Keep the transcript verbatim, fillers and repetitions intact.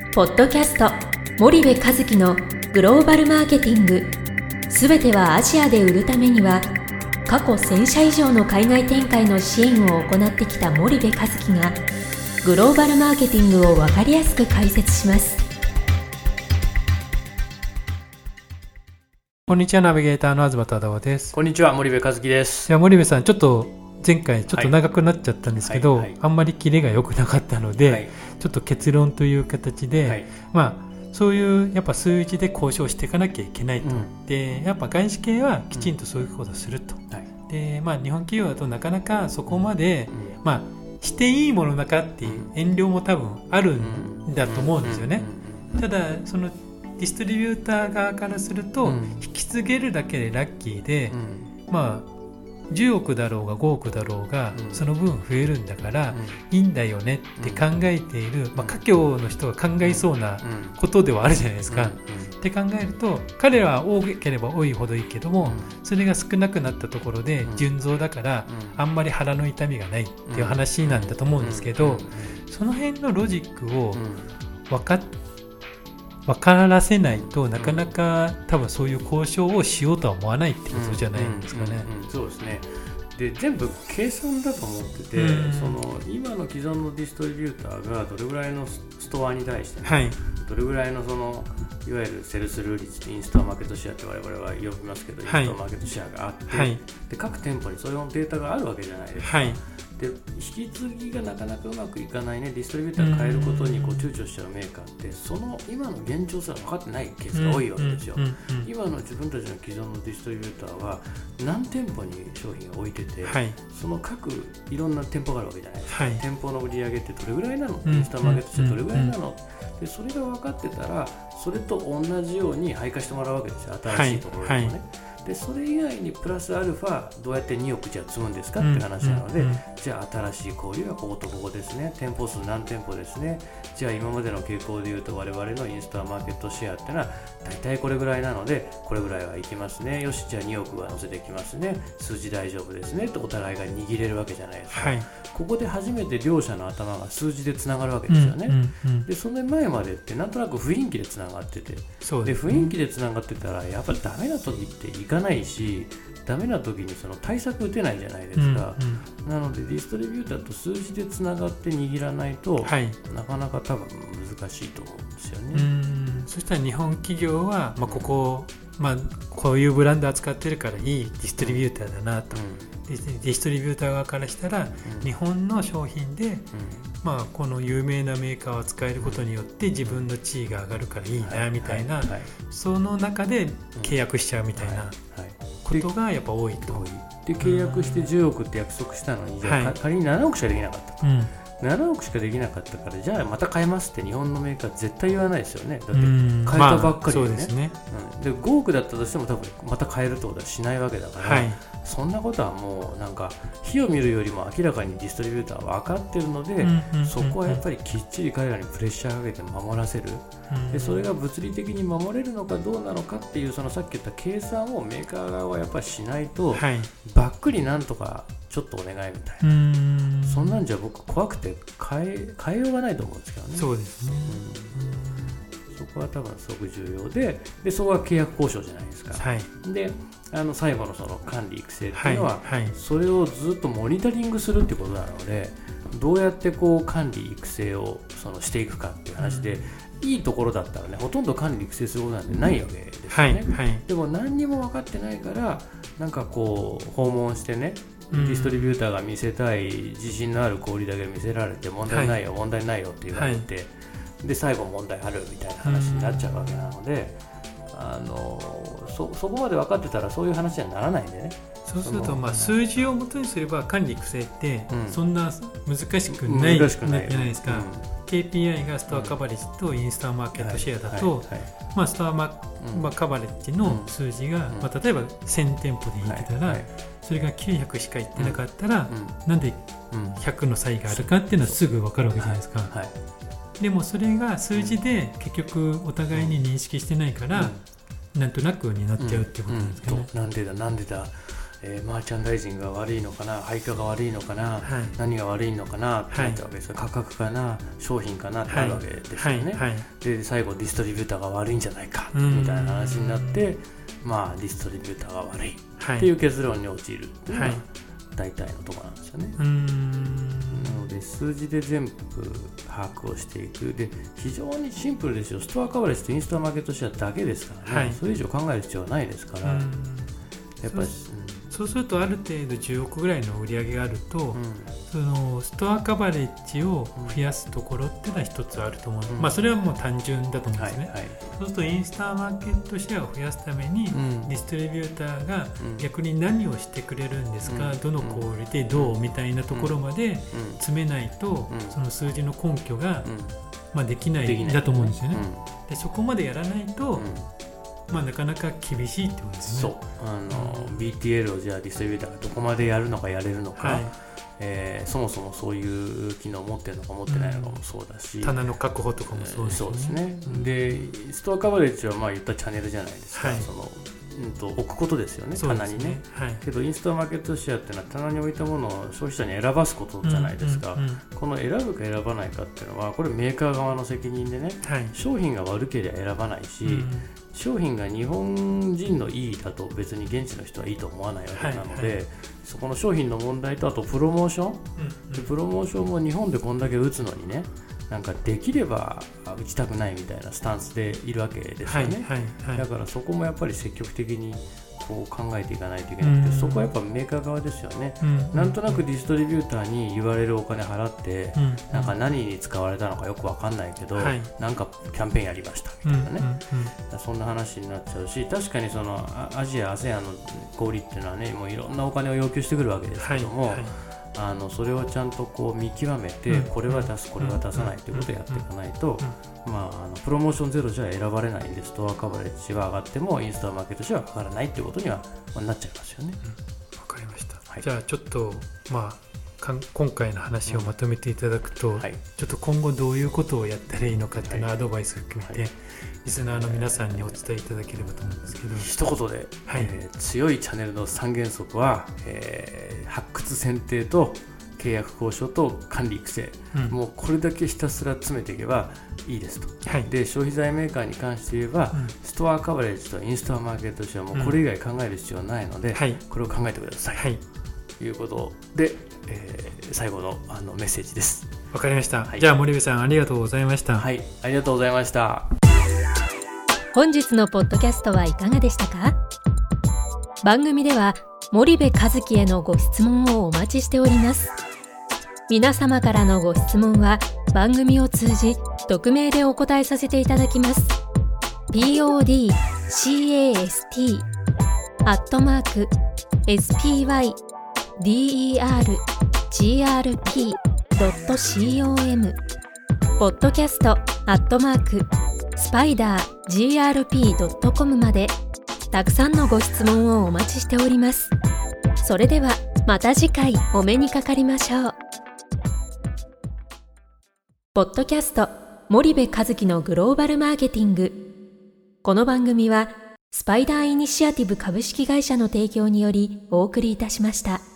ポッドキャスト森部一樹のグローバルマーケティング、すべてはアジアで売るためには、過去せん社以上の海外展開の支援を行ってきた森部一樹がグローバルマーケティングを分かりやすく解説します。 こんにちは、ナビゲーターの東忠夫です。 こんにちは、森部一樹です。 じゃあ森部さん、ちょっと前回ちょっと長くなっちゃったんですけど、はいはいはい、あんまりキレが良くなかったので、はい、ちょっと結論という形で、はい、まあそういうやっぱ数字で交渉していかなきゃいけないと、うん、でやっぱ外資系はきちんとそういうことをすると、うんはい、でまあ、日本企業だとなかなかそこまで、うんまあ、していいものだかっていう遠慮も多分あるんだと思うんですよね。ただそのディストリビューター側からすると、うん、引き継げるだけでラッキーで、うん、まあじゅうおくだろうがごおくだろうが、うん、その分増えるんだから、うん、いいんだよねって考えている、うんまあ、華僑の人が考えそうなことではあるじゃないですか、うんうん、って考えると彼らは多ければ多いほどいいけども、うん、それが少なくなったところで純増だから、うん、あんまり腹の痛みがないっていう話なんだと思うんですけど、その辺のロジックを分かって分からせないとなかなか多分そういう交渉をしようとは思わないってことじゃないんですかね。 うんうんうん、そうですね。で全部計算だと思ってて、うん、その今の既存のディストリビューターがどれぐらいのストアに対して、ねはい、どれぐらいのそのいわゆるセルスルー率、インストアマーケットシェアって我々は呼びますけど、はい、インストアマーケットシェアがあって、はい、で各店舗にそういうデータがあるわけじゃないですか。はいで引き継ぎがなかなかうまくいかないね、ディストリビューターを変えることにこう躊躇しちゃうメーカーってその今の現状すら分かってないケースが多いわけですよ。今の自分たちの既存のディストリビューターは何店舗に商品を置いてて、はい、その各いろんな店舗があるわけじゃないですか、はい、店舗の売り上げってどれぐらいなの、インスタマーケットしてどれぐらいなの、でそれが分かってたらそれと同じように配下してもらうわけですよ、新しいところでもね、はいはいでそれ以外にプラスアルファどうやってにおくじゃあ積むんですかって話なので、うんうんうん、じゃあ新しい小売はこことここですね、店舗数何店舗ですね、じゃあ今までの傾向でいうと我々のインスタマーケットシェアってのは大体これぐらいなのでこれぐらいはいきますね、よしじゃあにおくは乗せてきますね、数字大丈夫ですねとお互いが握れるわけじゃないですか、はい、ここで初めて両者の頭が数字でつながるわけですよね、うんうんうん、でその前までってなんとなく雰囲気でつながってて、そうですね、で雰囲気でつながってたらやっぱりダメな時っていかないし、ダメな時にその対策打てないじゃないですか、うんうん、なのでディストリビューターと数字でつながって握らないと、はい、なかなか多分難しいと思うんですよね。 うん、そしたら日本企業は、まあ、ここ、まあ、こういうブランド扱ってるからいいディストリビューターだなと、うん、ディストリビューター側からしたら、うん、日本の商品で、うんまあ、この有名なメーカーを使えることによって自分の地位が上がるからいいなみたいな、はいはいはい、その中で契約しちゃうみたいなことがやっぱ多いと。 で契約してじゅうおくって約束したのに、じゃあ、はい、仮にななおくしかできなかったと、うん、ななおくしかできなかったからじゃあまた買えますって日本のメーカー絶対言わないですよね。だって買えたばっかりでね、まあ、そうですね、うん、でごおくだったとしても多分また買えるってことはしないわけだから、はい、そんなことはもうなんか火を見るよりも明らかにディストリビューターは分かってるので、うんうんうんうん、そこはやっぱりきっちり彼らにプレッシャーをかけて守らせる、うん、でそれが物理的に守れるのかどうなのかっていうそのさっき言った計算をメーカー側はやっぱりしないと、はい、ばっくりなんとかちょっとお願いみたいな、うん、そんなんじゃ僕怖くて変え、変えようがないと思うんですけどね。 そうですね、 うん、そこは多分すごく重要で、でそこは契約交渉じゃないですか、はい、であの最後のその管理育成っていうのは、はいはい、それをずっとモニタリングするってことなので、どうやってこう管理育成をそのしていくかっていう話で、うん、いいところだったらねほとんど管理育成することなんてないわけですよね、はいはい、でも何にも分かってないからなんかこう訪問してね、ディストリビューターが見せたい自信のある小売だけ見せられて問題ないよ、はい、問題ないよって言われて、はい、で最後問題あるみたいな話になっちゃうわけなので、あの そ, そこまで分かってたらそういう話にはならないんでね。 そうすると、まあ、数字を元にすれば管理育成ってそんな難しくないじゃないですか、うん、ケーピーアイ がストアカバレッジとインスタマーケットシェアだと、はいはいはいまあ、ストアマ、まあ、カバレッジの数字が、うんまあ、例えばせん店舗で言ってたら、はいはい、それがきゅうひゃくしか言ってなかったら、うん、なんでひゃくの差異があるかっていうのはすぐ分かるわけじゃないですか、はいはい、でもそれが数字で結局お互いに認識してないから、うん、なんとなくになっちゃうってことなんですかね、 うんうん、なんでだなんでだえー、マーチャンダイジングが悪いのかな、配下が悪いのかな、はい、何が悪いのかなってなったわけですよ、はい、価格かな、商品かなってなるわけですよね、はいはい、で最後ディストリビューターが悪いんじゃないかみたいな話になって、まあディストリビューターが悪いっていう結論に陥るっていうのが大体のところなんですよね、はい、なので数字で全部把握をしていく。で非常にシンプルですよ。ストアカバレッジとインストアマーケットシェアだけですからね、はい、それ以上考える必要はないですから、やっぱりそうするとある程度じゅうおくぐらいの売り上げがあると、うん、そのストアカバレッジを増やすところっていうのは一つあると思う、うん、まあそれはもう単純だと思うんですね、はいはい、そうするとインスタマーケットシェアを増やすために、うん、ディストリビューターが逆に何をしてくれるんですか、うん、どの小売でどうみたいなところまで詰めないと、うん、その数字の根拠が、うんまあ、できないんだと思うんですよね、うん、でそこまでやらないと、うんまあ、なかなか厳しいってことですね。 そうあの、うん、ビーティーエル をじゃあディストリビューターがどこまでやるのかやれるのか、はいえー、そもそもそういう機能を持ってるのか持ってないのかもそうだし、 うん、棚の確保とかもそうですね、 そうですね、うん、でストアカバレッジはまあ言ったチャンネルじゃないですか、はいそのうん、と置くことですよね、棚にね、はい、けどインストアマーケットシェアっていうのは棚に置いたものを消費者に選ばすことじゃないですか、うんうんうん、この選ぶか選ばないかっていうのはこれメーカー側の責任でね、はい、商品が悪ければ選ばないし、うん商品が日本人のいいだと別に現地の人はいいと思わないわけなので、はいはい、そこの商品の問題とあとプロモーション、うんうん、でプロモーションも日本でこんだけ打つのにねなんかできれば打ちたくないみたいなスタンスでいるわけですよね、はいはいはい、だからそこもやっぱり積極的にこう考えていかないといけなくて、うん、そこはやっぱメーカー側ですよね、うん、なんとなくディストリビューターに言われるお金払って、うん、なんか何に使われたのかよく分かんないけど、はい、なんかキャンペーンやりましたみたいなね、うん、そんな話になっちゃうし確かにそのアジア アセアン の小売っていうのはねもういろんなお金を要求してくるわけですけども、はいはいあのそれをちゃんとこう見極めて、うん、これは出すこれは出さないということをやっていかないと、うんまあ、あのプロモーションゼロじゃ選ばれないんでストアカバレッジは上がってもインストアマーケットシェアは上がらないということには、まあ、なっちゃいますよね。わ、 うん、かりました、はい、じゃあちょっとまあ今回の話をまとめていただくと、うんはい、ちょっと今後どういうことをやったらいいのかっていうのをアドバイスを含めて、はい、リスナーの皆さんにお伝えいただければと思うんですけど一言で、はいえー、強いチャンネルのさん原則は、えー、発掘選定と契約交渉と管理育成、うん、もうこれだけひたすら詰めていけばいいですと、はい、で消費財メーカーに関して言えば、うん、ストアカバレッジとインストアマーケットシェアもこれ以外考える必要はないので、うん、これを考えてください、はい、ということで、えー、最後 の, あのメッセージです。 わかりました、はい、じゃあ森部さんありがとうございました。 はい、ありがとうございました。 本日のポッドキャストはいかがでしたか？番組では森部一樹へのご質問をお待ちしております。皆様からのご質問は番組を通じ匿名でお答えさせていただきます。podcast アットマーク spydergrp ドット com ポッドキャストアットマークスパイダー ジーアールピー ドット コム までたくさんのご質問をお待ちしております。それではまた次回お目にかかりましょう。ポッドキャスト森部一樹のグローバルマーケティング。この番組はスパイダーイニシアティブ株式会社の提供によりお送りいたしました。